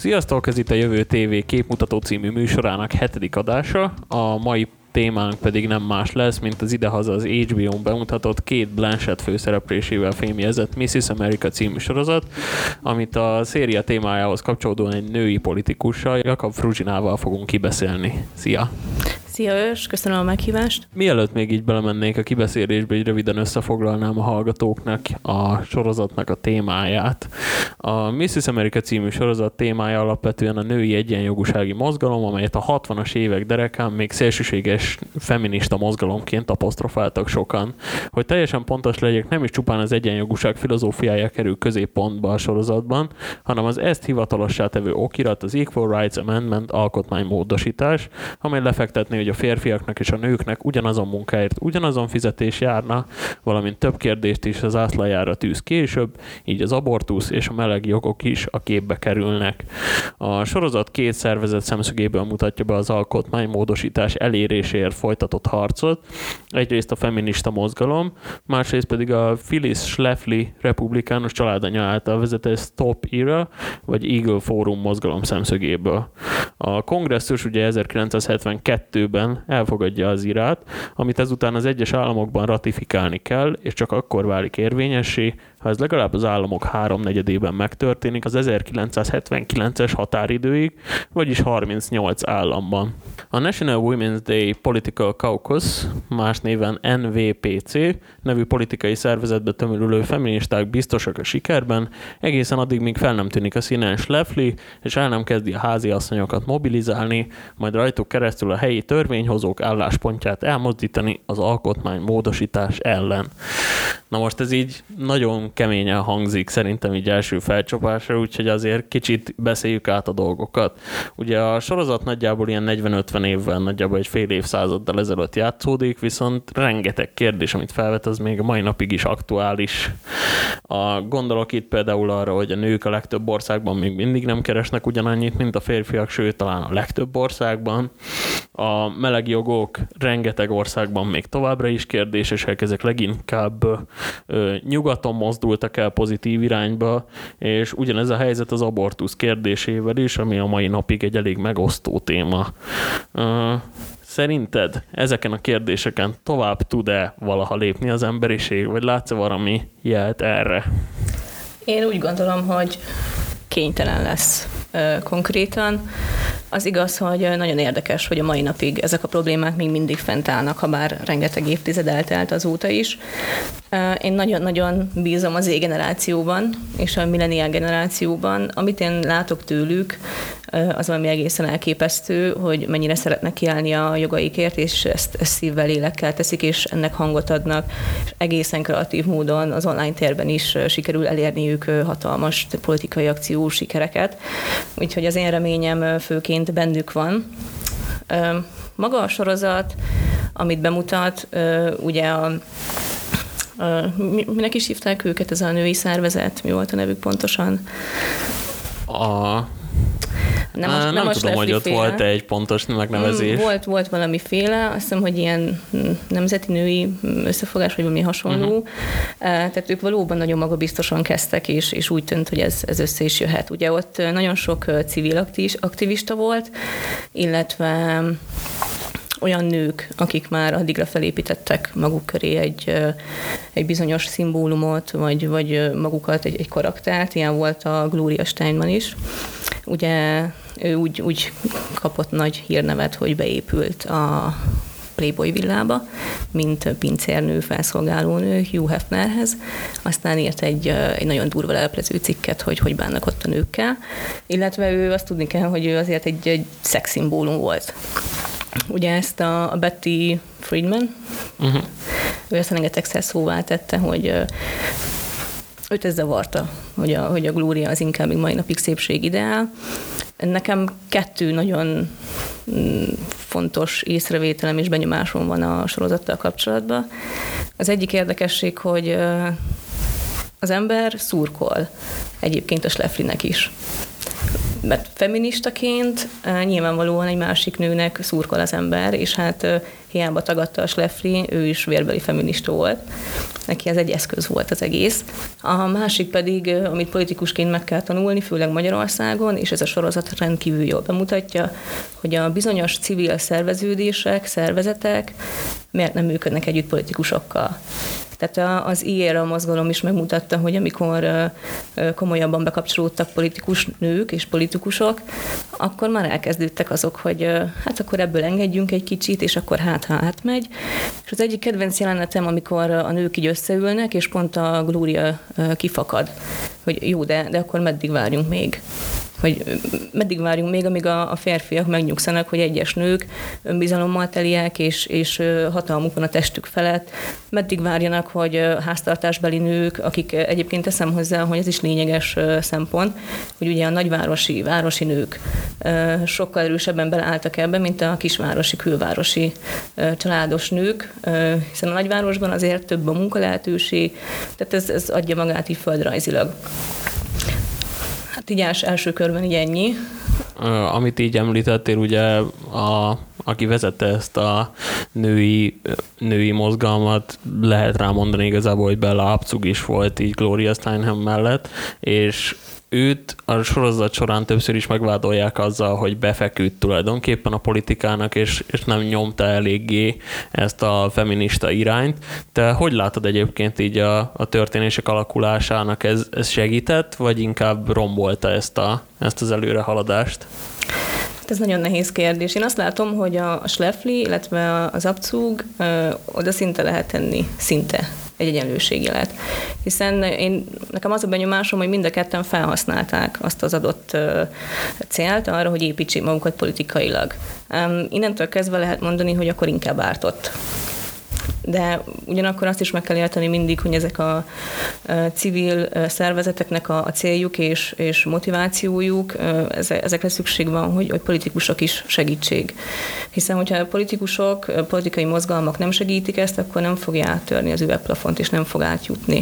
Sziasztok, ez itt a Jövő TV képmutató című műsorának 7. adása. A mai témánk pedig nem más lesz, mint az idehaza az HBO-n bemutatott Cate Blanchett főszereplésével fémjezett Mrs. America című sorozat, amit a széria témájához kapcsolódóan egy női politikussal, Jakab Fruzsinával fogunk kibeszélni. Szia! Szia Ős, köszönöm a meghívást. Mielőtt még így belemennék a kibeszélésbe, így röviden összefoglalnám a hallgatóknak a sorozatnak a témáját. A Mrs. America című sorozat témája alapvetően a női egyenjogúsági mozgalom, amelyet a 60-as évek derekán még szélsőséges feminista mozgalomként apostrofáltak sokan. Hogy teljesen pontos legyek, nem is csupán az egyenjogúság filozófiája kerül középpontba a sorozatban, hanem az ezt hivatalossá tevő okirat, az Equal Rights Amendment alkotmánymódosítás, amely lefektetné, hogy a férfiaknak és a nőknek ugyanazon munkáért ugyanazon fizetés járna, valamint több kérdést is az zászlajára tűz később, így az abortusz és a meleg jogok is a képbe kerülnek. A sorozat két szervezet szemszögéből mutatja be az alkotmánymódosítás eléréséért folytatott harcot, egyrészt a feminista mozgalom, másrészt pedig a Phyllis Schlafly republikánus családanya által vezetett Stop Era vagy Eagle Forum mozgalom szemszögéből. A kongresszus ugye 1972-ben elfogadja az irát, amit ezután az egyes államokban ratifikálni kell, és csak akkor válik érvényessé, ha ez legalább az államok 3/4-ében megtörténik az 1979-es határidőig, vagyis 38 államban. A National Women's Day Political Caucus, más néven NWPC nevű politikai szervezetbe tömörülő feministák biztosak a sikerben, egészen addig, míg fel nem tűnik a színen Schlafly, és el nem kezdi a háziasszonyokat mobilizálni, majd rajtuk keresztül a helyi törvényhozók álláspontját elmozdítani az alkotmánymódosítás ellen. Na most ez így nagyon keményen hangzik szerintem így első felcsapásra, úgyhogy azért kicsit beszéljük át a dolgokat. Ugye a sorozat nagyjából ilyen 40-50 évvel, nagyjából egy fél évszázaddal ezelőtt játszódik, viszont rengeteg kérdés, amit felvet, az még a mai napig is aktuális. Gondolok itt például arra, hogy a nők a legtöbb országban még mindig nem keresnek ugyanannyit, mint a férfiak, sőt talán a legtöbb országban. A meleg jogok rengeteg országban még továbbra is kérdésesek, ezek leginkább nyugaton mozdultak el pozitív irányba, és ugyanez a helyzet az abortusz kérdésével is, ami a mai napig egy elég megosztó téma. Szerinted ezeken a kérdéseken tovább tud-e valaha lépni az emberiség, vagy látsz-e valami jelt erre? Én úgy gondolom, hogy kénytelen lesz konkrétan. Az igaz, hogy nagyon érdekes, hogy a mai napig ezek a problémák még mindig fent állnak, ha bár rengeteg évtized eltelt azóta is. Én nagyon-nagyon bízom az Z-generációban és a millennial generációban. Amit én látok tőlük, az valami egészen elképesztő, hogy mennyire szeretnek kiállni a jogaikért, és ezt szívvel, lélekkel teszik, és ennek hangot adnak. És egészen kreatív módon az online térben is sikerül elérniük hatalmas politikai akció sikereket. Úgyhogy az én reményem főként bennük van. Maga a sorozat, amit bemutat, ugye minek is hívták őket, ez a női szervezet? Mi volt a nevük pontosan? Nem tudom, hogy ott volt egy pontos megnevezés. Volt valamiféle, azt hiszem, hogy ilyen nemzeti női összefogás, vagy valami hasonló. Tehát ők valóban nagyon magabiztosan kezdtek, és úgy tűnt, hogy ez össze is jöhet. Ugye ott nagyon sok civil aktivista volt, illetve olyan nők, akik már addigra felépítettek maguk köré egy bizonyos szimbólumot, vagy magukat, egy karaktert. Ilyen volt a Gloria Steinem is. Ugye ő úgy kapott nagy hírnevet, hogy beépült a Playboy villába, mint pincérnő, felszolgálónő Hugh Hefnerhez. Aztán írt egy nagyon durva leleplező cikket, hogy bánnak ott a nőkkel. Illetve ő azt tudni kell, hogy ő azért egy szexszimbólum volt. Ugye ezt a Betty Friedan, ő ezt rengetegszer szóvá tette, hogy őt ez zavarta, hogy a Gloria az inkább még mai napig szépségideál. Nekem 2 nagyon fontos észrevételem és benyomásom van a sorozattal kapcsolatban. Az egyik érdekesség, hogy az ember szurkol egyébként a Schlaflynek is. mert feministaként nyilvánvalóan egy másik nőnek szurkol az ember, és hát hiába tagadta a Schlafly, ő is vérbeli feminista volt. Neki ez egy eszköz volt az egész. A másik pedig, amit politikusként meg kell tanulni, főleg Magyarországon, és ez a sorozat rendkívül jól bemutatja, hogy a bizonyos civil szerveződések, szervezetek miért nem működnek együtt politikusokkal. Tehát az IERA mozgalom is megmutatta, hogy amikor komolyabban bekapcsolódtak politikus nők és politikusok, akkor már elkezdődtek azok, hogy hát akkor ebből engedjünk egy kicsit, és akkor hát megy. És az egyik kedvenc jelenetem, amikor a nők így összeülnek, és pont a Glória kifakad, hogy jó, de akkor meddig várjunk még? Hogy meddig várjunk még, amíg a férfiak megnyugszanak, hogy egyes nők önbizalommal teliek, és hatalmuk van a testük felett. Meddig várjanak, hogy háztartásbeli nők, akik egyébként teszem hozzá, hogy ez is lényeges szempont, hogy ugye a városi nők sokkal erősebben beleálltak ebbe, mint a kisvárosi, külvárosi családos nők, hiszen a nagyvárosban azért több a munkalehetőség, tehát ez adja magát így földrajzilag. Hát így első körben így ennyi. Amit így említettél, ugye aki vezette ezt a női mozgalmat, lehet rámondani igazából, hogy Bella Abzug is volt így Gloria Steinem mellett, és őt a sorozat során többször is megvádolják azzal, hogy befeküdt tulajdonképpen a politikának, és nem nyomta eléggé ezt a feminista irányt. Te hogy látod egyébként így a történések alakulásának? Ez segített, vagy inkább rombolta ezt az előrehaladást? Ez nagyon nehéz kérdés. Én azt látom, hogy a Schlafly, illetve az Abzug oda szinte lehet tenni, egy egyenlőségjelet. Hiszen nekem az a benyomásom, hogy mind a ketten felhasználták azt az adott célt arra, hogy építsék magukat politikailag. Innentől kezdve lehet mondani, hogy akkor inkább ártott. De ugyanakkor azt is meg kell érteni mindig, hogy ezek a civil szervezeteknek a céljuk és motivációjuk, ezekre szükség van, hogy politikusok is segítség. Hiszen, hogyha a politikai mozgalmak nem segítik ezt, akkor nem fogja áttörni az üvegplafont, és nem fog átjutni.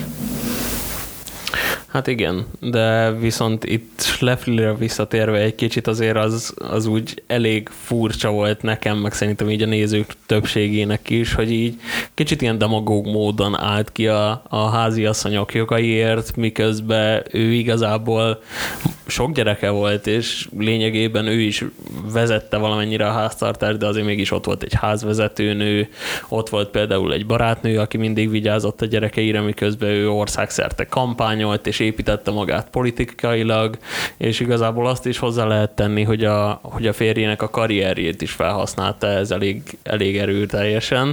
Hát igen, de viszont itt Schlaflyre visszatérve egy kicsit azért az úgy elég furcsa volt nekem, meg szerintem így a nézők többségének is, hogy így kicsit ilyen demagóg módon állt ki a háziasszonyok jogaiért, miközben ő igazából sok gyereke volt, és lényegében ő is vezette valamennyire a háztartást, de azért mégis ott volt egy házvezetőnő, ott volt például egy barátnő, aki mindig vigyázott a gyerekeire, miközben ő országszerte kampányolt, és építette magát politikailag, és igazából azt is hozzá lehet tenni, hogy a férjének a karrierjét is felhasználta ez elég erőteljesen.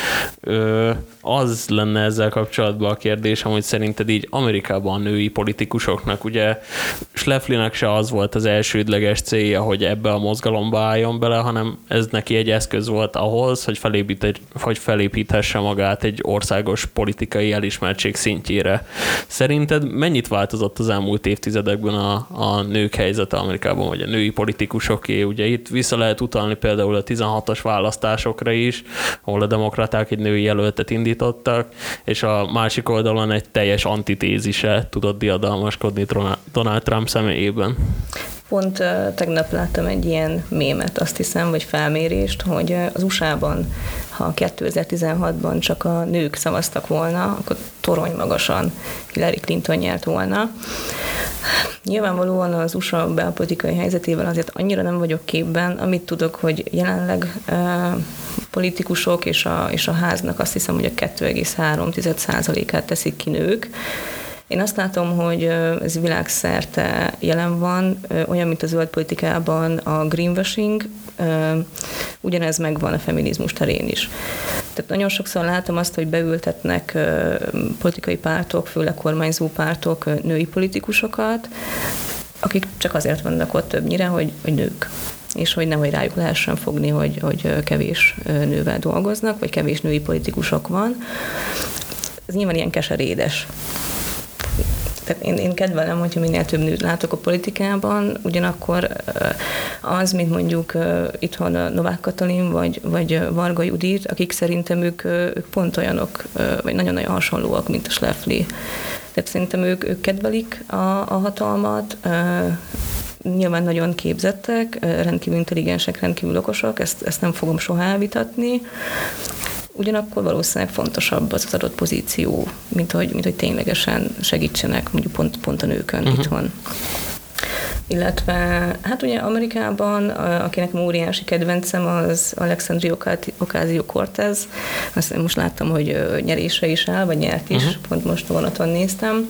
Az lenne ezzel kapcsolatban a kérdésem, hogy szerinted így Amerikában a női politikusoknak, ugye Schlaflynek se az volt az elsődleges célja, hogy ebbe a mozgalomba álljon bele, hanem ez neki egy eszköz volt ahhoz, hogy felépíthesse magát egy országos politikai elismertség szintjére. Szerinted mennyit változott az elmúlt évtizedekben a nők helyzete Amerikában, vagy a női politikusoké? Ugye itt vissza lehet utalni például a 16-os választásokra is, ahol a demokraták egy női jelöltet indítottak, és a másik oldalon egy teljes antitézise tudott diadalmaskodni Donald Trump személyében. Pont tegnap láttam egy ilyen mémet, azt hiszem, vagy felmérést, hogy az USA-ban, ha 2016-ban csak a nők szavaztak volna, akkor torony magasan Hillary Clinton nyert volna. Nyilvánvalóan az USA belpolitikai helyzetével azért annyira nem vagyok képben, amit tudok, hogy jelenleg politikusok és a háznak azt hiszem, hogy a 2,3%-át teszik ki nők. Én azt látom, hogy ez világszerte jelen van, olyan, mint a zöld politikában a greenwashing, ugyanez megvan a feminizmus terén is. Tehát nagyon sokszor látom azt, hogy beültetnek politikai pártok, főleg kormányzó pártok női politikusokat, akik csak azért vannak ott többnyire, hogy nők. És hogy nehogy rájuk lehessen fogni, hogy kevés nővel dolgoznak, vagy kevés női politikusok van. Ez nyilván ilyen keserédes. Tehát én kedvelem, hogyha minél több nőt látok a politikában, ugyanakkor az, mint mondjuk itthon a Novák Katalin, vagy Varga Judit, akik szerintem ők pont olyanok, vagy nagyon-nagyon hasonlóak, mint a Schlafly. Tehát szerintem ők kedvelik a hatalmat, nyilván nagyon képzettek, rendkívül intelligensek, rendkívül okosak, ezt nem fogom soha elvitatni. Ugyanakkor valószínűleg fontosabb az adott pozíció, mint hogy ténylegesen segítsenek mondjuk pont a nőkön itthon. Illetve, hát ugye Amerikában, akinek óriási kedvencem, az Alexandria Ocasio-Cortez. Azt most láttam, hogy nyerésre is áll, vagy nyert is, pont most vonaton néztem.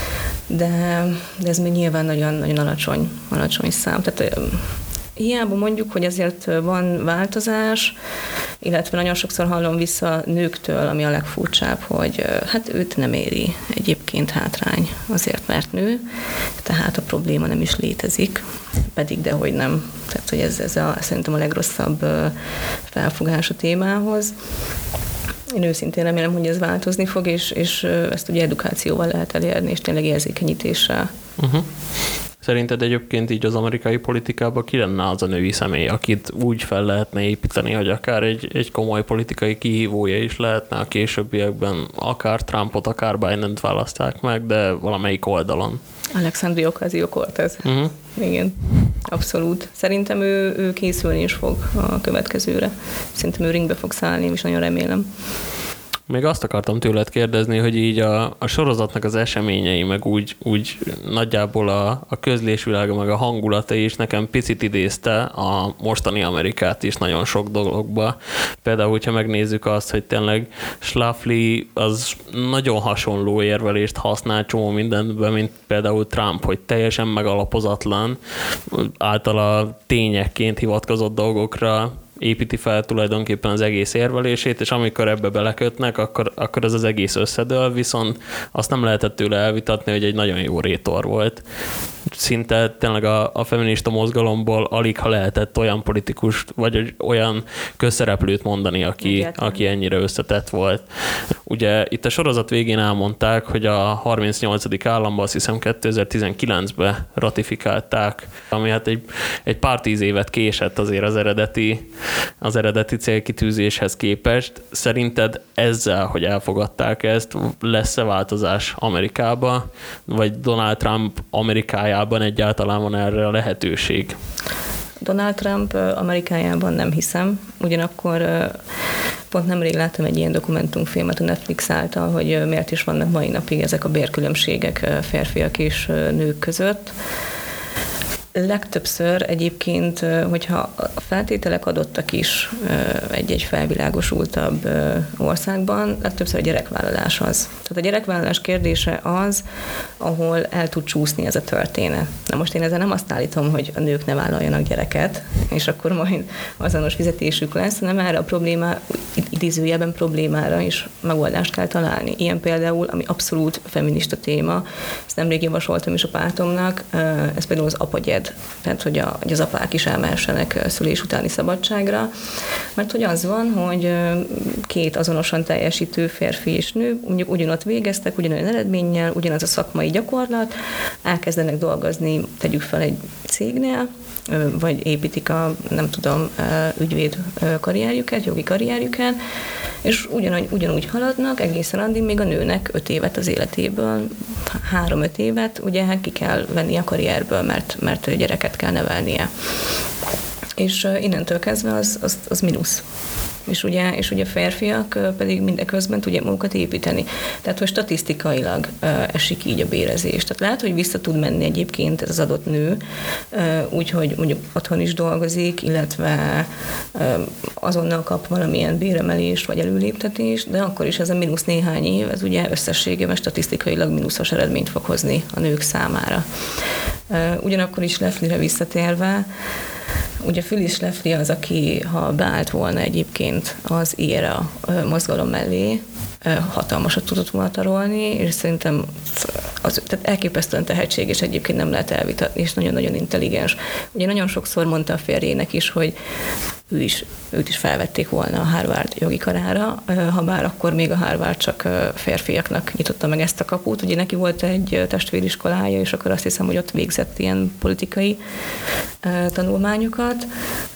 De ez még nyilván nagyon, nagyon alacsony szám. Tehát hiába mondjuk, hogy azért van változás, illetve nagyon sokszor hallom vissza nőktől, ami a legfurcsább, hogy hát őt nem éri egyébként hátrány azért, mert nő, tehát a probléma nem is létezik, pedig dehogy nem. Tehát, hogy ez szerintem a legrosszabb felfogás a témához. Én őszintén remélem, hogy ez változni fog, és ezt ugye edukációval lehet elérni, és tényleg érzékenyítéssel. Szerinted egyébként így az amerikai politikában ki lenne az a női személy, akit úgy fel lehetne építeni, hogy akár egy komoly politikai kihívója is lehetne a későbbiekben, akár Trumpot, akár Bident választák meg, de valamelyik oldalon? Alexandria Ocasio-Cortez. Igen, abszolút. Szerintem ő készülni is fog a következőre. Szerintem ő ringbe fog szállni, és nagyon remélem. Még azt akartam tőled kérdezni, hogy így a sorozatnak az eseményei, meg úgy nagyjából a közlésvilága, meg a hangulata is nekem picit idézte a mostani Amerikát is nagyon sok dologba. Például, hogyha megnézzük azt, hogy tényleg Schlafly az nagyon hasonló érvelést használ csomó mindenben, mint például Trump, hogy teljesen megalapozatlan, általa tényekként hivatkozott dolgokra építi fel tulajdonképpen az egész érvelését, és amikor ebbe belekötnek, akkor ez az egész összedől, viszont azt nem lehetett tőle elvitatni, hogy egy nagyon jó rétor volt. Szinte tényleg a feminista mozgalomból alig ha lehetett olyan politikust, vagy olyan közszereplőt mondani, aki ennyire összetett volt. Ugye itt a sorozat végén elmondták, hogy a 38. államban, azt hiszem 2019-ben ratifikálták, ami hát egy pár 10 évet késett azért az eredeti célkitűzéshez képest. Szerinted ezzel, hogy elfogadták ezt, lesz-e változás Amerikában, vagy Donald Trump Amerikájában egyáltalán van erre a lehetőség? Donald Trump Amerikájában nem hiszem, ugyanakkor pont nemrég láttam egy ilyen dokumentumfilmet a Netflix által, hogy miért is vannak mai napig ezek a bérkülönbségek férfiak és nők között. Legtöbbször egyébként, hogyha a feltételek adottak is egy felvilágosultabb országban, legtöbbször a gyerekvállalás az. Tehát a gyerekvállalás kérdése az, ahol el tud csúszni ez a történet. Na most én ezzel nem azt állítom, hogy a nők ne vállaljanak gyereket, és akkor majd azonos fizetésük lesz, hanem erre a probléma, idézőjelben problémára is megoldást kell találni. Ilyen például, ami abszolút feminista téma, ezt nemrég javasoltam is a pártomnak, ez például az apagyed. Tehát, hogy az apák is elmehessenek szülés utáni szabadságra, mert hogy az van, hogy két azonosan teljesítő férfi és nő mondjuk ugyanott végeztek, ugyanolyan eredménnyel, ugyanaz a szakmai gyakorlat, elkezdenek dolgozni, tegyük fel egy cégnél, vagy építik ügyvéd karrierjüket, jogi karrierjüket, és ugyanúgy haladnak egészen addig, még a nőnek 5 évet az életéből, 3-5 évet, ugye ki kell venni a karrierből, mert gyereket kell nevelnie. És innentől kezdve az mínusz. És ugye férfiak pedig mindeközben tudják magukat építeni. Tehát, hogy statisztikailag esik így a bérezés. Tehát lehet, hogy vissza tud menni egyébként ez az adott nő, úgyhogy mondjuk otthon is dolgozik, illetve azonnal kap valamilyen béremelést vagy előléptetést, de akkor is ez a mínusz néhány év, ez ugye összességében statisztikailag mínuszos eredményt fog hozni a nők számára. Ugyanakkor is Schlaflyre visszatérve, ugye Phyllis Schlafly az, aki ha beállt volna egyébként az IRA mozgalom mellé, hatalmasat tudott volna tarolni, és szerintem tehát elképesztően tehetséges, egyébként nem lehet elvitatni, és nagyon-nagyon intelligens. Ugye nagyon sokszor mondta a férjének is, hogy őt is felvették volna a Harvard jogi karára, ha bár akkor még a Harvard csak férfiaknak nyitotta meg ezt a kaput. Ugye neki volt egy testvériskolája, és akkor azt hiszem, hogy ott végzett ilyen politikai tanulmányokat.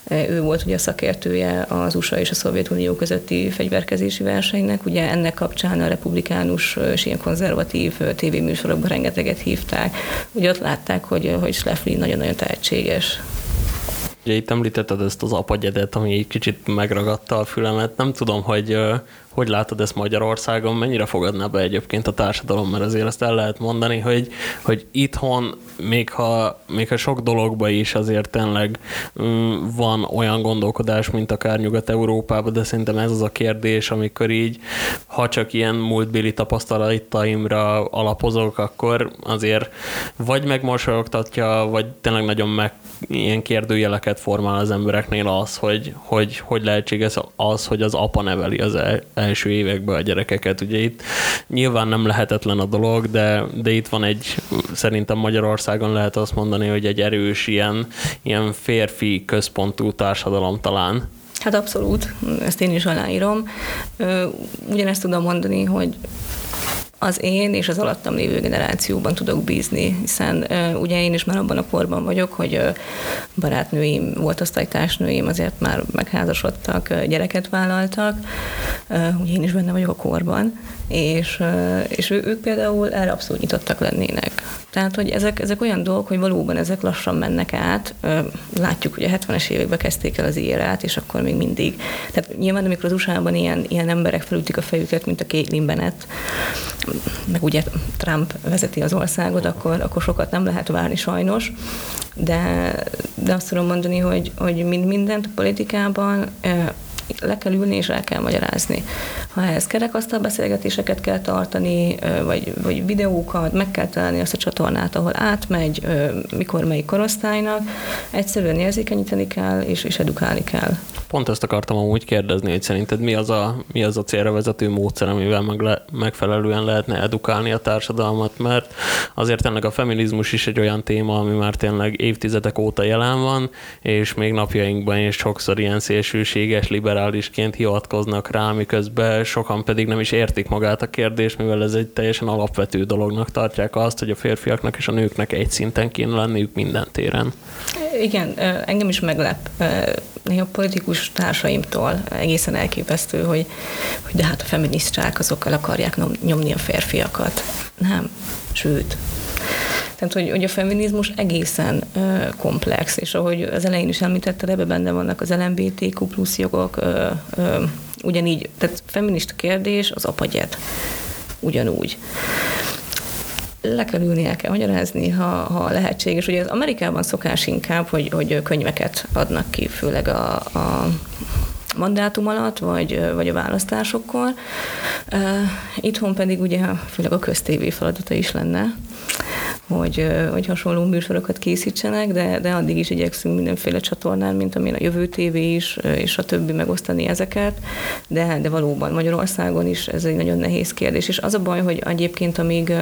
Ő volt ugye a szakértője az USA és a Szovjetunió közötti fegyverkezési versenynek. Ugye ennek kapcsán a republikánus és ilyen konzervatív tévéműsorokban rengeteget hívták. Ugye ott látták, hogy Schlafly nagyon-nagyon tehetséges. Ugye itt említetted ezt az apagyedet, ami egy kicsit megragadta a fülemet. Nem tudom, hogy látod ezt Magyarországon, mennyire fogadná be egyébként a társadalom, mert azért azt el lehet mondani, hogy itthon, még ha sok dologban is azért tényleg van olyan gondolkodás, mint akár Nyugat-Európában, de szerintem ez az a kérdés, amikor így, ha csak ilyen múltbéli tapasztalataimra alapozok, akkor azért vagy megmosolyogtatja, vagy tényleg nagyon ilyen kérdőjeleket formál az embereknél az, hogy lehetséges az, hogy az apa neveli az első években a gyerekeket. Ugye itt nyilván nem lehetetlen a dolog, de itt van szerintem Magyarországon lehet azt mondani, hogy egy erős ilyen férfi központú társadalom talán. Hát abszolút, ezt én is aláírom. Ugyanezt tudom mondani, hogy az én és az alattam lévő generációban tudok bízni, hiszen ugye én is már abban a korban vagyok, hogy barátnőim, volt osztálytársnőim, azért már megházasodtak, gyereket vállaltak, ugye én is benne vagyok a korban, és ők például erre abszolút nyitottak lennének. Tehát, hogy ezek olyan dolgok, hogy valóban ezek lassan mennek át. Látjuk, hogy a 70-es években kezdték el az érát, és akkor még mindig. Tehát nyilván, amikor az USA-ban ilyen emberek felütik a fejüket, mint a Caitlyn Bennett, meg ugye Trump vezeti az országot, akkor sokat nem lehet várni sajnos. De azt tudom mondani, hogy mindent a politikában le kell ülni és el kell magyarázni. Ha ehhez kerekasztal beszélgetéseket kell tartani, vagy videókat, meg kell találni azt a csatornát, ahol átmegy, mikor melyik korosztálynak, egyszerűen érzékenyíteni kell, és edukálni kell. Pont ezt akartam amúgy kérdezni, hogy szerinted mi az a célra vezető módszer, amivel megfelelően lehetne edukálni a társadalmat, mert azért ennek a feminizmus is egy olyan téma, ami már tényleg évtizedek óta jelen van, és még napjainkban is sokszor ilyen szélsőséges, liberálisként hivatkoznak rá, miközben sokan pedig nem is értik magát a kérdést, mivel ez egy teljesen alapvető dolognak tartják azt, hogy a férfiaknak és a nőknek egy szinten kéne lenniük minden téren. Igen, engem is meglep néha politikus társaimtól egészen elképesztő, hogy de hát a feministák azok el akarják nyomni a férfiakat. Nem, sőt. Tehát, hogy a feminizmus egészen komplex, és ahogy az elején is említetted, ebben benne vannak az LMBTQ plusz jogok, ugyanígy, tehát feminista kérdés az apagyed. Ugyanúgy. Le kell ülni, el kell magyarázni, ha lehetséges. Ugye az Amerikában szokás inkább, hogy könyveket adnak ki, főleg a mandátum alatt, vagy a választásokkor. Itthon pedig ugye főleg a köztévé feladata is lenne, hogy hasonló műsorokat készítsenek, de addig is igyekszünk mindenféle csatornán, mint amilyen a Jövő TV is, és a többi megosztani ezeket, de valóban Magyarországon is ez egy nagyon nehéz kérdés. És az a baj, hogy egyébként amíg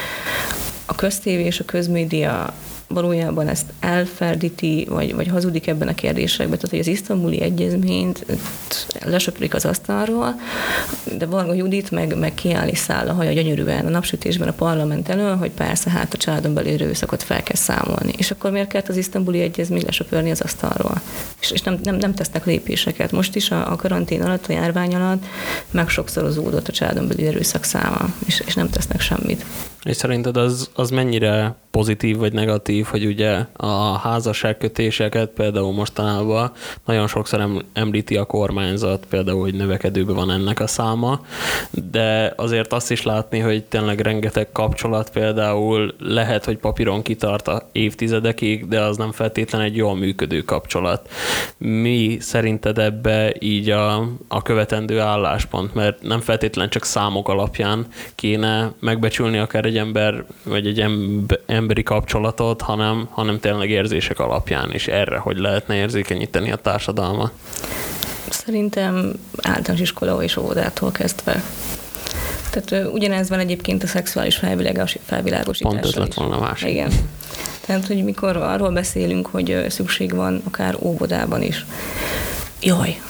a köztévé és a közmédia valójában ezt elferdíti, vagy hazudik ebben a kérdésekben, tehát hogy az isztambuli egyezményt lesöprik az asztalról, de Varga Judit meg kiáll és száll a haja gyönyörűen a napsütésben a parlament elől, hogy persze hát a családon belül erőszakot fel kell számolni. És akkor miért kellett az isztambuli egyezményt lesöpörni az asztalról? És nem tesznek lépéseket. Most is a karantén alatt, a járvány alatt megsokszorozódott a családon belül erőszak száma, és nem tesznek semmit. És szerinted az mennyire pozitív vagy negatív, hogy ugye a házasságkötéseket például mostanában nagyon sokszor említi a kormányzat, például, hogy növekedőben van ennek a száma, de azért azt is látni, hogy tényleg rengeteg kapcsolat például lehet, hogy papíron kitart a évtizedekig, de az nem feltétlenül egy jól működő kapcsolat. Mi szerinted ebbe így a követendő álláspont, mert nem feltétlenül csak számok alapján kéne megbecsülni akár egy ember, vagy egy emberi kapcsolatot, hanem tényleg érzések alapján is erre, hogy lehetne érzékenyíteni a társadalmat. Szerintem általános iskola és óvodától kezdve. Tehát ugyanez van egyébként a szexuális felvilágosítással. Pont ez lett volna másik. Igen. Tehát, hogy mikor arról beszélünk, hogy szükség van akár óvodában is. Jaj,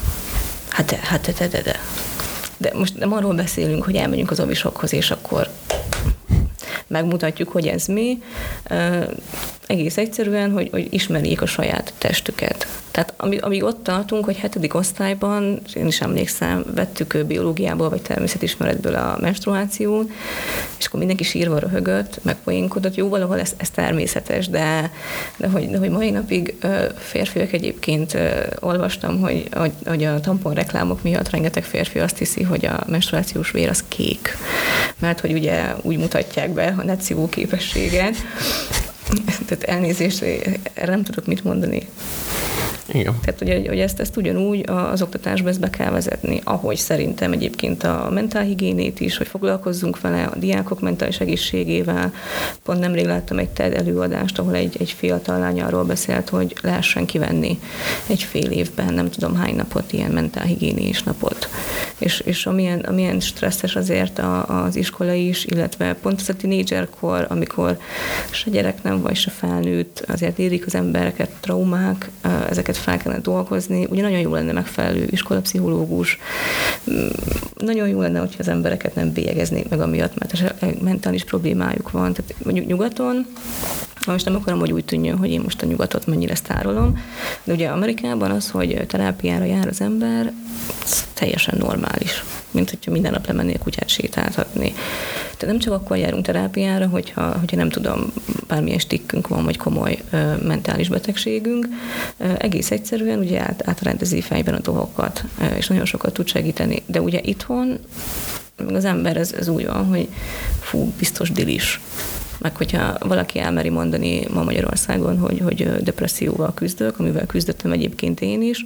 de most nem arról beszélünk, hogy elmegyünk az ovisokhoz, és akkor megmutatjuk, hogy ez mi. egész egyszerűen, hogy ismerjék a saját testüket. Tehát amíg ott tartunk, hogy 7. osztályban, én is emlékszem, vettük biológiából vagy természetismeretből a menstruációt, és akkor mindenki sírva röhögött, meg poénkodott. Jó, valahol ez természetes, de hogy mai napig férfiak egyébként olvastam, hogy a tampon reklámok miatt rengeteg férfi azt hiszi, hogy a menstruációs vér az kék, mert hogy ugye úgy mutatják be a netszívó képességet. Tehát elnézést, erre nem tudok mit mondani. Igen. Tehát, hogy ezt ugyanúgy az oktatásba ezt be kell vezetni, ahogy szerintem egyébként a mentálhigiénét is, hogy foglalkozzunk vele, a diákok mentális egészségével. Pont nemrég láttam egy TED előadást, ahol egy fiatal lány arról beszélt, hogy lehessen kivenni egy fél évben, nem tudom hány napot, ilyen mentálhigiénés napot. És amilyen stresszes azért az iskola is, illetve pont az a tínédzserkor, amikor se gyerek nem vagy, se felnőtt, azért érik az embereket traumák, ezeket fel kellene dolgozni. Ugye nagyon jó lenne megfelelő iskolapszichológus, nagyon jó lenne, hogyha az embereket nem bélyegeznék meg amiatt, mert mentális problémájuk van. Tehát mondjuk nyugaton, most nem akarom, hogy úgy tűnjön, hogy én most a nyugatot mennyire sztárolom, de ugye Amerikában az, hogy terápiára jár az ember, ez teljesen normális, mint hogyha minden nap lemennél kutyát sétáltatni. Tehát nem csak akkor járunk terápiára, hogyha nem tudom, bármilyen stikkünk van, vagy komoly mentális betegségünk, egész egyszerűen ugye átrendezi fejben a dolgokat, és nagyon sokat tud segíteni. De ugye itthon az ember ez úgy van, hogy biztos dilis. Meg hogyha valaki elmeri mondani ma Magyarországon, hogy depresszióval küzdök, amivel küzdöttem egyébként én is,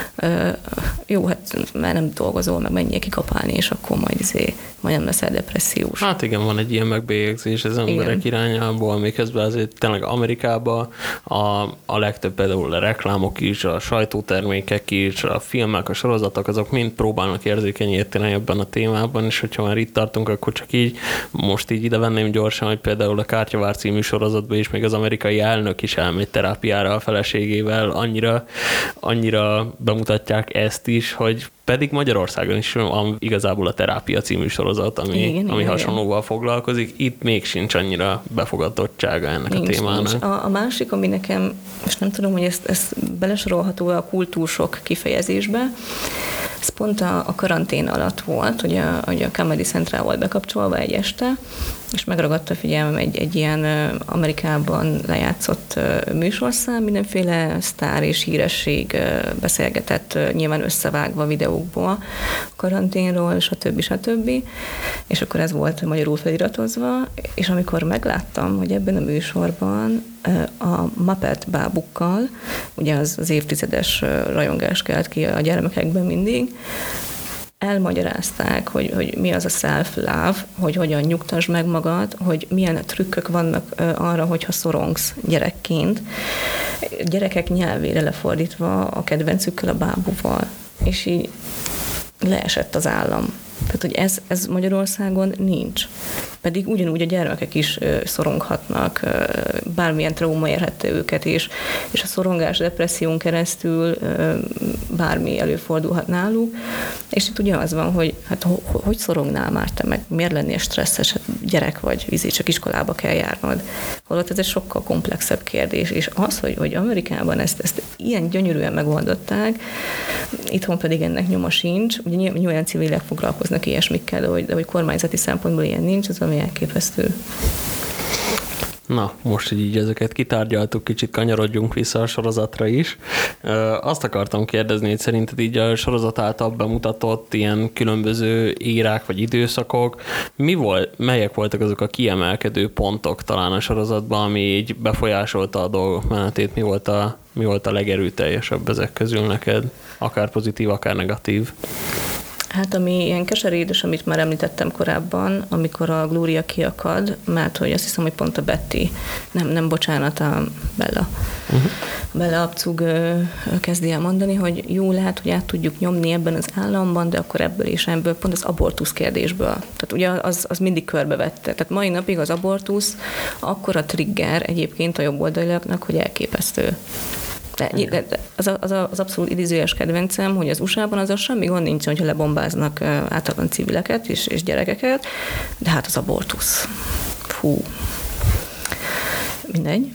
jó, hát már nem dolgozol, meg menjél kikapálni, és akkor majd nem leszel depressziós. Hát igen, van egy ilyen megbélyegzés az emberek irányából, miközben azért tényleg Amerikában a legtöbb például a reklámok is, a sajtótermékek is, a filmek, a sorozatok, azok mind próbálnak érzékenyíteni ebben a témában, és hogyha már itt tartunk, akkor csak így most így ide venném gyorsan, hogy például a Kártyavár című sorozatban is még az amerikai elnök is elmegy terápiára a feleségével, annyira bemutatják ezt is, hogy pedig Magyarországon is van igazából a Terápia című sorozat, ami hasonlóval foglalkozik. Itt még sincs annyira befogadottsága ennek a témának. A másik, ami nekem, most nem tudom, hogy ezt belesorolható a kultúrsok kifejezésbe, ez pont a karantén alatt volt, hogy a Comedy Central volt bekapcsolva egy este, és megragadta a figyelmem egy ilyen Amerikában lejátszott műsorszám, mindenféle sztár és híresség beszélgetett, nyilván összevágva videókból a karanténról, stb. És akkor ez volt magyarul feliratozva, és amikor megláttam, hogy ebben a műsorban a Muppet bábukkal, ugye az évtizedes rajongás kelt ki a gyermekekben mindig, elmagyarázták, hogy mi az a self-love, hogy hogyan nyugtasd meg magad, hogy milyen trükkök vannak arra, hogyha szorongsz gyerekként, gyerekek nyelvére lefordítva a kedvencükkel, a bábúval. És így leesett az állam. Tehát, hogy ez Magyarországon nincs. Pedig ugyanúgy a gyermekek is szoronghatnak, bármilyen trauma érhette őket, és a szorongás, depresszión keresztül bármi előfordulhat náluk. És itt ugye az van, hogy hát hogy szorongnál már te meg? Miért lennél stresszes? Hát gyerek vagy, csak iskolába kell járnod. Holott ez egy sokkal komplexebb kérdés. És az, hogy Amerikában ezt ilyen gyönyörűen megoldották, itthon pedig ennek nyoma sincs. Ugye olyan civilek foglalkoznak ilyesmikkel, de hogy kormányzati szempontból ilyen nincs, az ami elképesztő. Na, most, hogy így ezeket kitárgyaltuk, kicsit kanyarodjunk vissza a sorozatra is. Azt akartam kérdezni, hogy szerinted így a sorozat által bemutatott ilyen különböző érák vagy időszakok, melyek voltak azok a kiemelkedő pontok talán a sorozatban, ami így befolyásolta a dolgok menetét, mi volt a legerőteljesebb ezek közül neked? Akár pozitív, akár negatív. Hát ami ilyen keserédes, amit már említettem korábban, amikor a Glória kiakad, mert hogy azt hiszem, hogy pont a Betty, nem bocsánat, a Bella. Bella Abzug kezdi el mondani, hogy jó, lehet, hogy át tudjuk nyomni ebben az államban, de akkor ebből és ebből, pont az abortusz kérdésből. Tehát ugye az mindig körbevette. Tehát mai napig az abortusz akkora trigger egyébként a jobboldaliaknak, hogy elképesztő. De az abszolút idézőjes kedvencem, hogy az USA-ban azzal semmi gond nincs, hogyha lebombáznak általában civileket és gyerekeket, de hát az abortusz. Fú. Mindegy.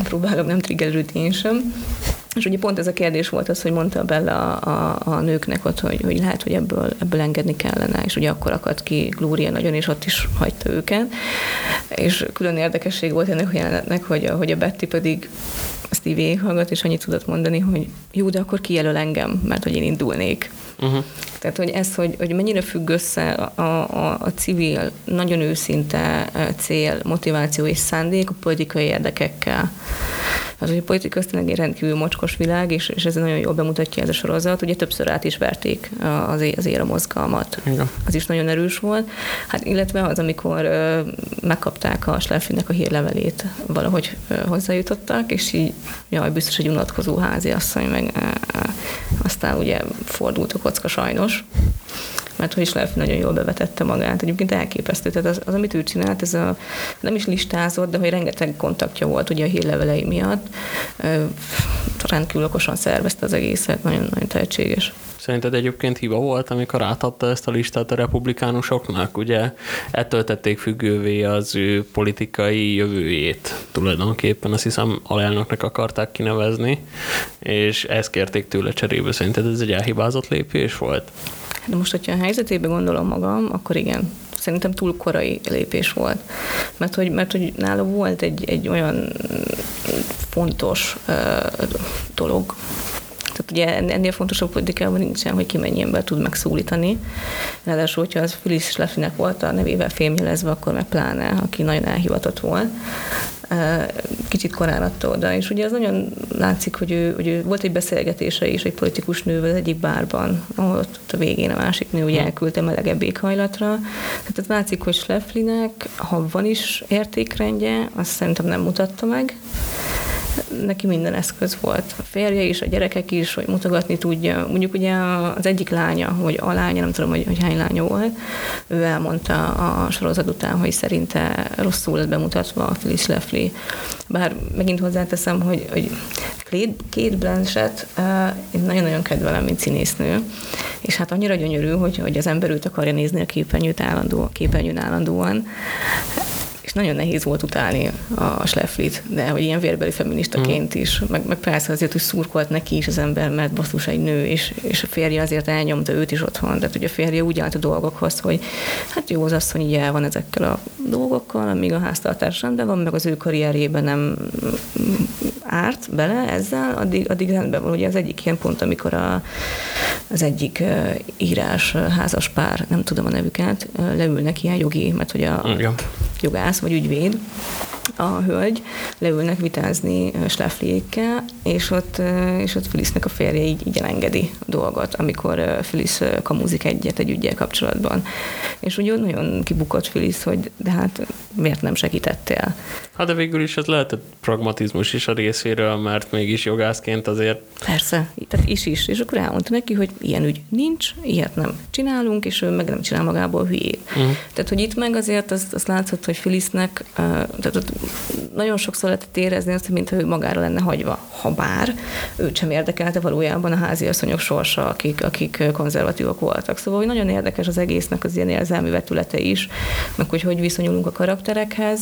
próbálok nem triggerülni én sem. És ugye pont ez a kérdés volt az, hogy mondta Bella a nőknek ott, hogy lehet, hogy ebből engedni kellene, és ugye akkor akadt ki Gloria nagyon, és ott is hagyta őket. És külön érdekesség volt ennek a jelenetnek, hogy a Betty pedig ezt így végighallgat, és annyit tudott mondani, hogy jó, de akkor kijelöl engem, mert hogy én indulnék. Uh-huh. Tehát, hogy ez, hogy mennyire függ össze a civil, nagyon őszinte cél, motiváció és szándék a politikai érdekekkel. Az, hogy a politika az tényleg egy rendkívül mocskos világ, és ez nagyon jól bemutatja ez a sorozat. Ugye többször át is verték az éra mozgalmat. Igen. Az is nagyon erős volt. Hát, illetve az, amikor megkapták a Schlaflynek a hírlevelét, valahogy hozzájutottak, és így, jaj, biztos egy unatkozó háziasszony, meg aztán ugye fordult a kocka sajnos, mert hogy Schlafly nagyon jól bevetette magát. Egyébként elképesztő. Tehát az, amit ő csinált, nem is listázott, de hogy rengeteg kontaktja volt ugye a hírlevelei miatt. Rendkívül okosan szervezte az egészet, nagyon-nagyon tehetséges. Szerinted egyébként hiba volt, amikor átadta ezt a listát a republikánusoknak? Ugye ettől tették függővé az ő politikai jövőjét tulajdonképpen, azt hiszem alelnöknek akarták kinevezni, és ezt kérték tőle cserébe. Szerinted ez egy elhibázott lépés volt? De most, hogyha a helyzetében gondolom magam, akkor igen. Szerintem túl korai lépés volt. Mert hogy nála volt egy olyan fontos dolog. Tehát ugye ennél fontosabb politikában nincsen, hogy ki mennyi ember tud megszólítani. Ráadásul, hogyha az Phyllis Schlaflynek volt a nevével fémjelezve, akkor meg pláne, aki nagyon elhivatott volt. Kicsit korán adta oda, és ugye az nagyon látszik, hogy ő volt egy beszélgetése is egy politikus nővel az egyik bárban, ahol ott a végén a másik nő ugye elküldte melegebb éghajlatra. Tehát látszik, hogy Schlaflynek, ha van is értékrendje, azt szerintem nem mutatta meg. Neki minden eszköz volt. A férje is, a gyerekek is, hogy mutogatni tudja. Mondjuk ugye az egyik lánya, vagy a lánya, nem tudom, hogy hány lánya volt, ő elmondta a sorozat után, hogy szerinte rosszul lett bemutatva a Phyllis Schlafly. Bár megint hozzáteszem, hogy Cate Blanchett én nagyon-nagyon kedvelem, mint színésznő, és hát annyira gyönyörű, hogy az ember őt akarja nézni a képernyőn állandóan. És nagyon nehéz volt utálni a Schlaflyt, de hogy ilyen vérbeli feministaként is, meg persze azért, hogy szurkolt neki is az ember, mert basszus egy nő, és a férje azért elnyomta őt is otthon. Tehát ugye a férje úgy állt a dolgokhoz, hogy hát jó, az asszony így el van ezekkel a dolgokkal, amíg a háztartás rendben van, meg az ő karrierjében nem árt bele ezzel, addig rendben van. Ugye az egyik ilyen pont, amikor az egyik írás házas pár, nem tudom a nevüket, leülnek ilyen jogi, mert hogy a jogász vagy ügyvéd, a hölgy, leülnek vitázni Schlaflyékkel, és ott Phyllisnek a férje így elengedi a dolgot, amikor Phyllis kamúzik egy üggyel kapcsolatban. És úgy nagyon kibukott Phyllis, hogy de hát miért nem segítettél? Hát de végül is ez lehetett pragmatizmus is a részéről, mert mégis jogászként azért... Persze, tehát is. És akkor elmondta neki, hogy ilyen ügy nincs, ilyet nem csinálunk, és ő meg nem csinál magából hülyét. Tehát, hogy itt meg azért azt látszott, hogy Phyllisnek tehát nagyon sokszor lehetett érezni azt, mintha ő magára lenne hagyva. Habár őt sem érdekelte valójában a háziasszonyok sorsa, akik konzervatívok voltak. Szóval hogy nagyon érdekes az egésznek az ilyen érzelmi vetülete is, meg hogy viszonyulunk a karakterekhez.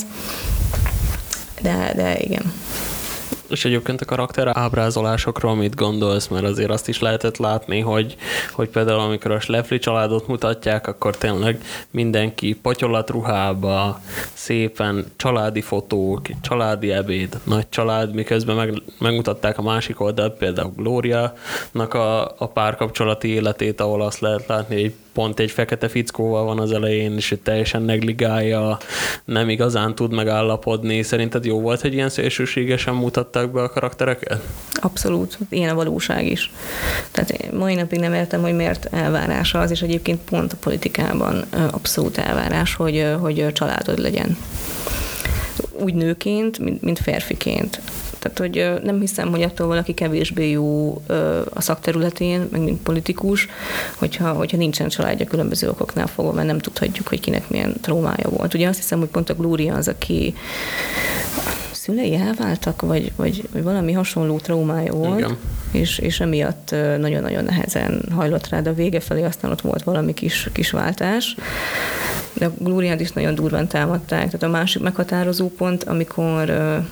De igen. És egyébként a karakter ábrázolásokról mit gondolsz? Mert azért azt is lehetett látni, hogy például amikor a Schlafly családot mutatják, akkor tényleg mindenki patyolatruhába, szépen családi fotók, családi ebéd, nagy család, miközben megmutatták a másik oldalt, például Glóriának a párkapcsolati életét, ahol azt lehet látni, hogy pont egy fekete fickóval van az elején, és teljesen negligálja, nem igazán tud megállapodni. Szerinted jó volt, hogy ilyen szélsőségesen mutatták be a karaktereket? Abszolút. Ilyen a valóság is. Tehát mai napig nem értem, hogy miért elvárás az, és egyébként pont a politikában abszolút elvárás, hogy családod legyen. Úgy nőként, mint férfiként. Tehát, hogy nem hiszem, hogy attól valaki kevésbé jó a szakterületén, meg mint politikus, hogyha nincsen családja különböző okoknál fogva, mert nem tudhatjuk, hogy kinek milyen traumája volt. Ugye azt hiszem, hogy pont a Gloria az, aki szülei elváltak, vagy valami hasonló traumája volt, és emiatt nagyon-nagyon nehezen hajlott rá, de a vége felé aztán ott volt valami kis váltás. De a Glóriát is nagyon durván támadták. Tehát a másik meghatározó pont, amikor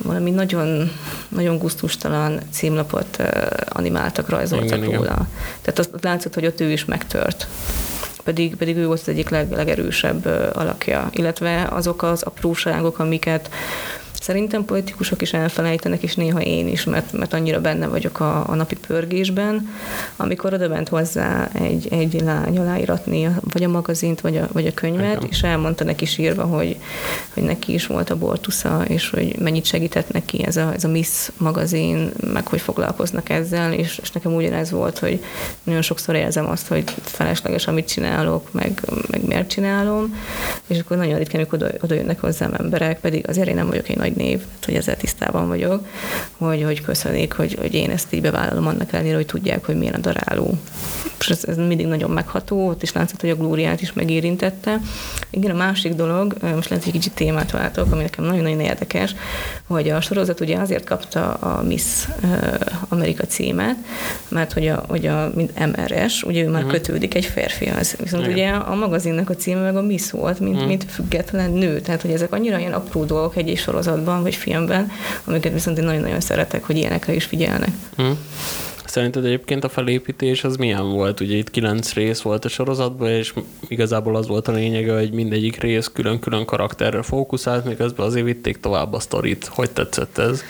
valami nagyon, nagyon gusztustalan címlapot animáltak, rajzoltak róla. Igen. Tehát azt látszott, hogy ott ő is megtört. Pedig ő volt az egyik legerősebb alakja, illetve azok az apróságok, amiket szerintem politikusok is elfelejtenek, és néha én is, mert annyira benne vagyok a napi pörgésben, amikor odabent hozzá egy lány aláíratni vagy a magazint, vagy a könyvet, és elmondta neki sírva, hogy neki is volt abortusza, és hogy mennyit segített neki ez a Miss magazin, meg hogy foglalkoznak ezzel, és nekem ugyanez volt, hogy nagyon sokszor érzem azt, hogy felesleges, amit csinálok, meg miért csinálom, és akkor nagyon ritkán, amikor oda jönnek hozzám emberek, pedig azért én nem vagyok egy nagy név, hogy ezzel tisztában vagyok, hogy köszönik, hogy én ezt így bevállalom annak ellenére, hogy tudják, hogy milyen a daráló. És ez mindig nagyon megható, ott is látszott, hogy a Glóriát is megérintette. Igen, a másik dolog, most lehet, hogy egy kicsit témát váltok, ami nekem nagyon-nagyon érdekes, hogy a sorozat ugye azért kapta a Miss Amerika címet, mert hogy mint MRS, ugye ő már kötődik egy férfihoz. Viszont ugye a magazinnak a címe meg a Miss volt, mint független nő. Tehát, hogy ezek annyira ilyen apró dolgok egy sorozatban, vagy filmben, amiket viszont én nagyon-nagyon szeretek, hogy ilyenekre is figyelnek. Szerinted egyébként a felépítés az milyen volt? Ugye itt 9 rész volt a sorozatban, és igazából az volt a lényege, hogy mindegyik rész külön-külön karakterre fókuszált, miközben azért vitték tovább a sztorit. Hogy tetszett ez?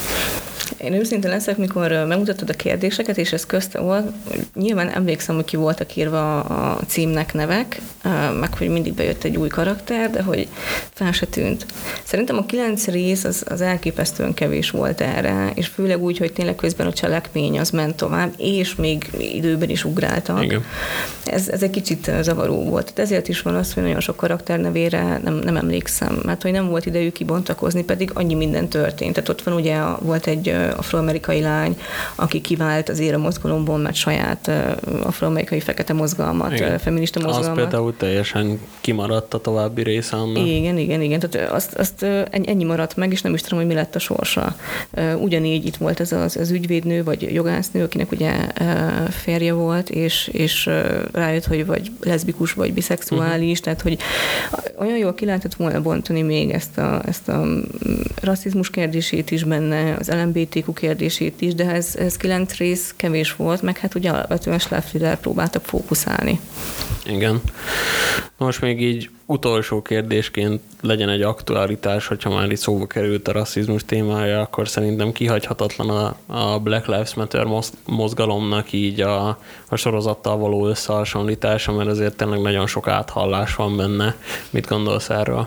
Én őszintén leszek, mikor megmutattad a kérdéseket, és ez közte volt, nyilván emlékszem, hogy ki voltak írva a címnek nevek, meg hogy mindig bejött egy új karakter, de hogy fel se tűnt. Szerintem a 9 rész az elképesztően kevés volt erre, és főleg úgy, hogy tényleg közben a cselekmény az ment tovább, és még időben is ugráltak. Igen. Ez egy kicsit zavaró volt. Ezért is van az, hogy nagyon sok karakter nevére nem emlékszem, mert hogy nem volt idejük kibontakozni, pedig annyi minden történt. Tehát ott van ugye volt egy afroamerikai lány, aki kivált az éra mozgalomból, mert saját afroamerikai fekete mozgalmat, feminista mozgalmat. Az például teljesen kimaradt a további része annak. Igen. Tehát azt ennyi maradt meg, és nem is tudom, hogy mi lett a sorsa. Ugyanígy itt volt ez az ügyvédnő, vagy jogásznő, akinek ugye férje volt, és rájött, hogy vagy leszbikus, vagy biszexuális, tehát hogy olyan jól ki lehetett volna bontani még ezt a rasszizmus kérdését is benne, az LMBTQ kérdését is, de ez 9 rész kevés volt, meg hát ugye alapvetően Schlaflyre próbáltak fókuszálni. Igen. Most még így utolsó kérdésként legyen egy aktualitás, hogyha már itt szóba került a rasszizmus témája, akkor szerintem kihagyhatatlan a Black Lives Matter mozgalomnak így a sorozattal való összehasonlítása, mert azért tényleg nagyon sok áthallás van benne. Mit gondolsz erről?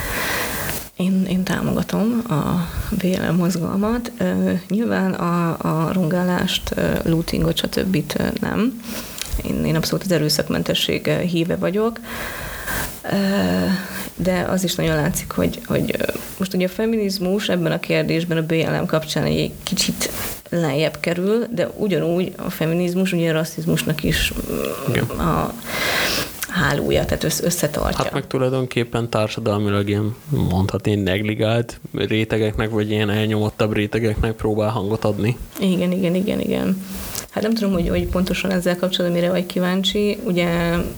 Én támogatom a BLM mozgalmat. Nyilván a rongálást, lootingot, stb. Nem. Én abszolút az erőszakmentesség híve vagyok. De az is nagyon látszik, hogy most ugye a feminizmus ebben a kérdésben a BLM kapcsán egy kicsit lejjebb kerül, de ugyanúgy a feminizmus ugye a rasszizmusnak is a hálója, tehát összetartja. Hát meg tulajdonképpen társadalmilag ilyen mondhatni negligált rétegeknek, vagy ilyen elnyomottabb rétegeknek próbál hangot adni. Igen. Hát nem tudom, hogy pontosan ezzel kapcsolatban mire vagy kíváncsi. Ugye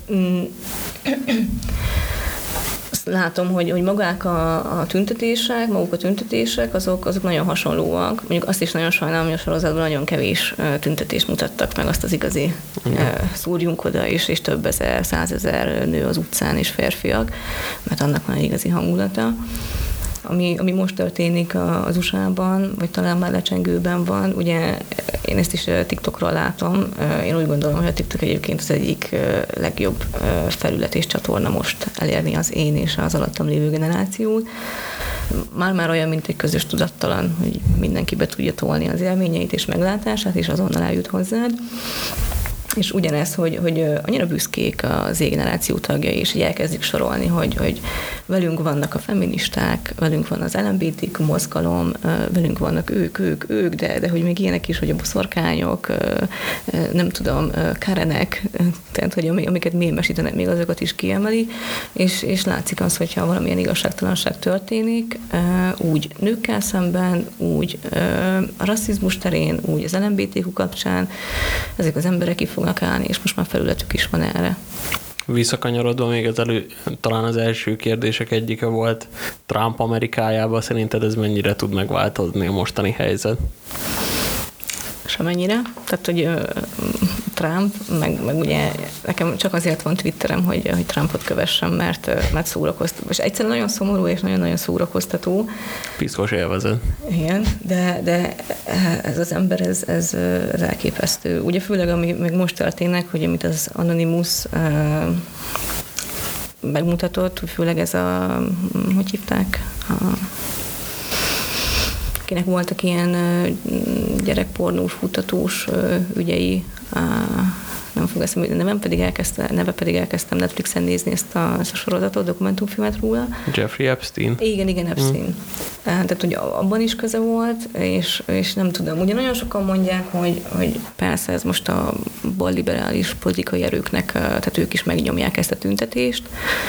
azt látom, hogy maguk a tüntetések, azok nagyon hasonlóak. Mondjuk azt is nagyon sajnálom, hogy a sorozatban nagyon kevés tüntetést mutattak meg, azt az igazi szúrjunk oda is, és több ezer, 100 000 nő az utcán és férfiak, mert annak van egy igazi hangulata. Ami most történik az USA-ban, vagy talán már lecsengőben van, ugye én ezt is TikTokról látom, én úgy gondolom, hogy a TikTok egyébként az egyik legjobb felület és csatorna most elérni az én és az alattam lévő generációt. Már olyan, mint egy közös tudattalan, hogy mindenki be tudja tolni az élményeit és meglátását, és azonnal eljut hozzád. És ugyanez, hogy annyira büszkék az Z-generáció tagjai, és így elkezdik sorolni, hogy velünk vannak a feministák, velünk van az LMBTQ mozgalom, velünk vannak ők, de hogy még ilyenek is, hogy a boszorkányok, nem tudom, Karenek, tehát hogy amiket mémesítenek, még azokat is kiemeli, és látszik az, hogyha valamilyen igazságtalanság történik, úgy nőkkel szemben, úgy a rasszizmus terén, úgy az LMBTQ kapcsán, ezek az emberek ki fognak állni, és most már felületük is van erre. Visszakanyarodva még talán az első kérdések egyike volt Trump Amerikájában. Szerinted ez mennyire tud megváltozni a mostani helyzet? Semennyire. Tehát, hogy Trump, meg ugye nekem csak azért van Twitterem, hogy Trumpot kövessem, mert szórakoztató. És egyszerűen nagyon szomorú és nagyon-nagyon szórakoztató. Piszkos élvezet. Igen, de ez az ember, ez elképesztő. Ugye főleg, ami meg most történnek, hogy amit az Anonymous megmutatott, főleg ez hogy hívták? Akinek voltak ilyen gyerekpornós, futatós ügyei, nem fog eszembe, neve pedig elkezdtem Netflixen nézni ezt a sorozatot, dokumentumfilmet róla. Jeffrey Epstein. Igen, Epstein. Tehát, hogy abban is köze volt, és nem tudom. Ugye nagyon sokan mondják, hogy persze ez most a balliberális politikai erőknek, tehát ők is megnyomják ezt a tüntetést.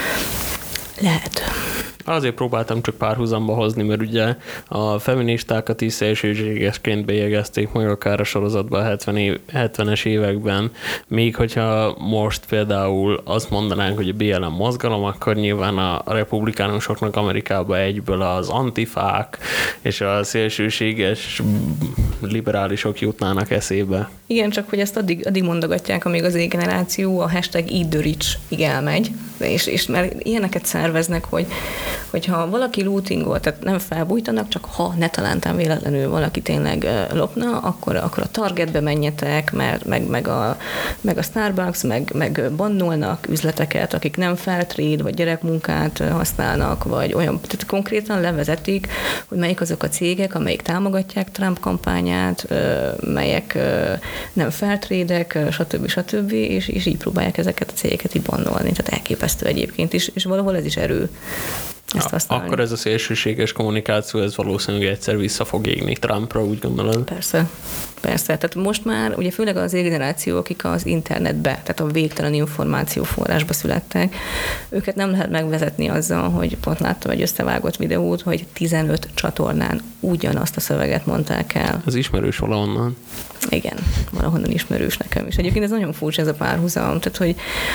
Lehet. Azért próbáltam csak párhuzamba hozni, mert ugye a feministákat is szélsőségesként bélyegezték meg akár a sorozatban a 70-es években, még hogyha most például azt mondanánk, hogy a BLM mozgalom, akkor nyilván a republikánusoknak Amerikában egyből az antifák és a szélsőséges liberálisok jutnának eszébe. Igen, csak hogy ezt addig mondogatják, amíg az generáció a hashtag #EatTheRich-ig elmegy, és mert ilyeneket szerveznek, hogyha valaki lootingol, tehát nem felbújtanak, csak ha ne talántán véletlenül valaki tényleg lopna, akkor a Targetbe menjetek, mert meg a Starbucks, meg bannolnak üzleteket, akik nem fair trade, vagy gyerekmunkát használnak, vagy olyan, tehát konkrétan levezetik, hogy melyik azok a cégek, amelyik támogatják Trump kampányát, melyek nem fair trade-ek, stb. És így próbálják ezeket a cégeket így bannolni. Tehát elképesztő egyébként is, és valahol ez is erő. Akkor ez a szélsőséges kommunikáció, ez valószínűleg egyszer vissza fog égni Trumpra, úgy gondolod? Persze. Tehát most már, ugye főleg az generáció, akik az internetbe, tehát a végtelen információforrásba születtek, őket nem lehet megvezetni azzal, hogy pont láttam egy összevágott videót, hogy 15 csatornán ugyanazt a szöveget mondták el. Ez ismerős valahonnan. Igen, valahonnan ismerős nekem is. Egyébként ez nagyon furcsa ez a párhuzam, tehát hogy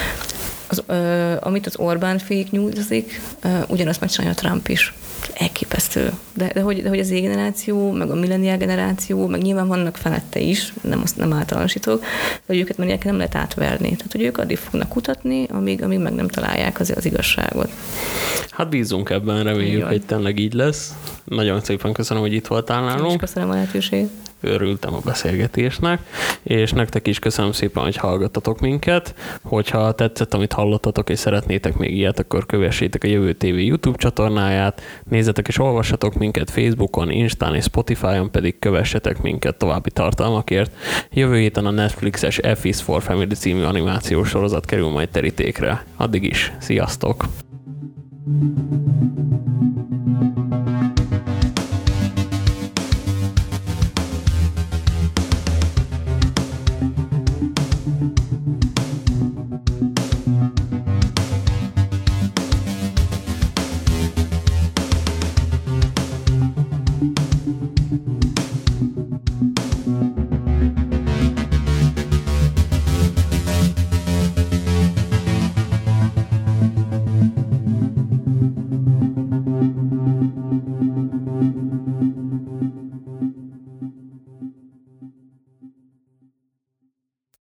amit az Orbán fake newszik, ugyanazt megcsinálja a Trump is. Elképesztő. De hogy az Z-generáció, meg a millennial generáció, meg nyilván vannak felette is, nem általánosítok, de hogy őket már nem lehet átverni. Tehát, hogy ők addig fognak kutatni, amíg meg nem találják az igazságot. Hát bízunk ebben, reméljük, hogy tényleg így lesz. Nagyon szépen köszönöm, hogy itt voltál nálunk. És köszönöm a lehetőséget. Örültem a beszélgetésnek, és nektek is köszönöm szépen, hogy hallgattatok minket. Hogyha tetszett, amit hallottatok, és szeretnétek még ilyet, akkor kövessétek a Jövő TV YouTube csatornáját, nézzetek és olvassatok minket Facebookon, Instán és Spotify-on, pedig kövessetek minket további tartalmakért. Jövő héten a Netflixes F is for Family című animációs sorozat kerül majd terítékre. Addig is, sziasztok!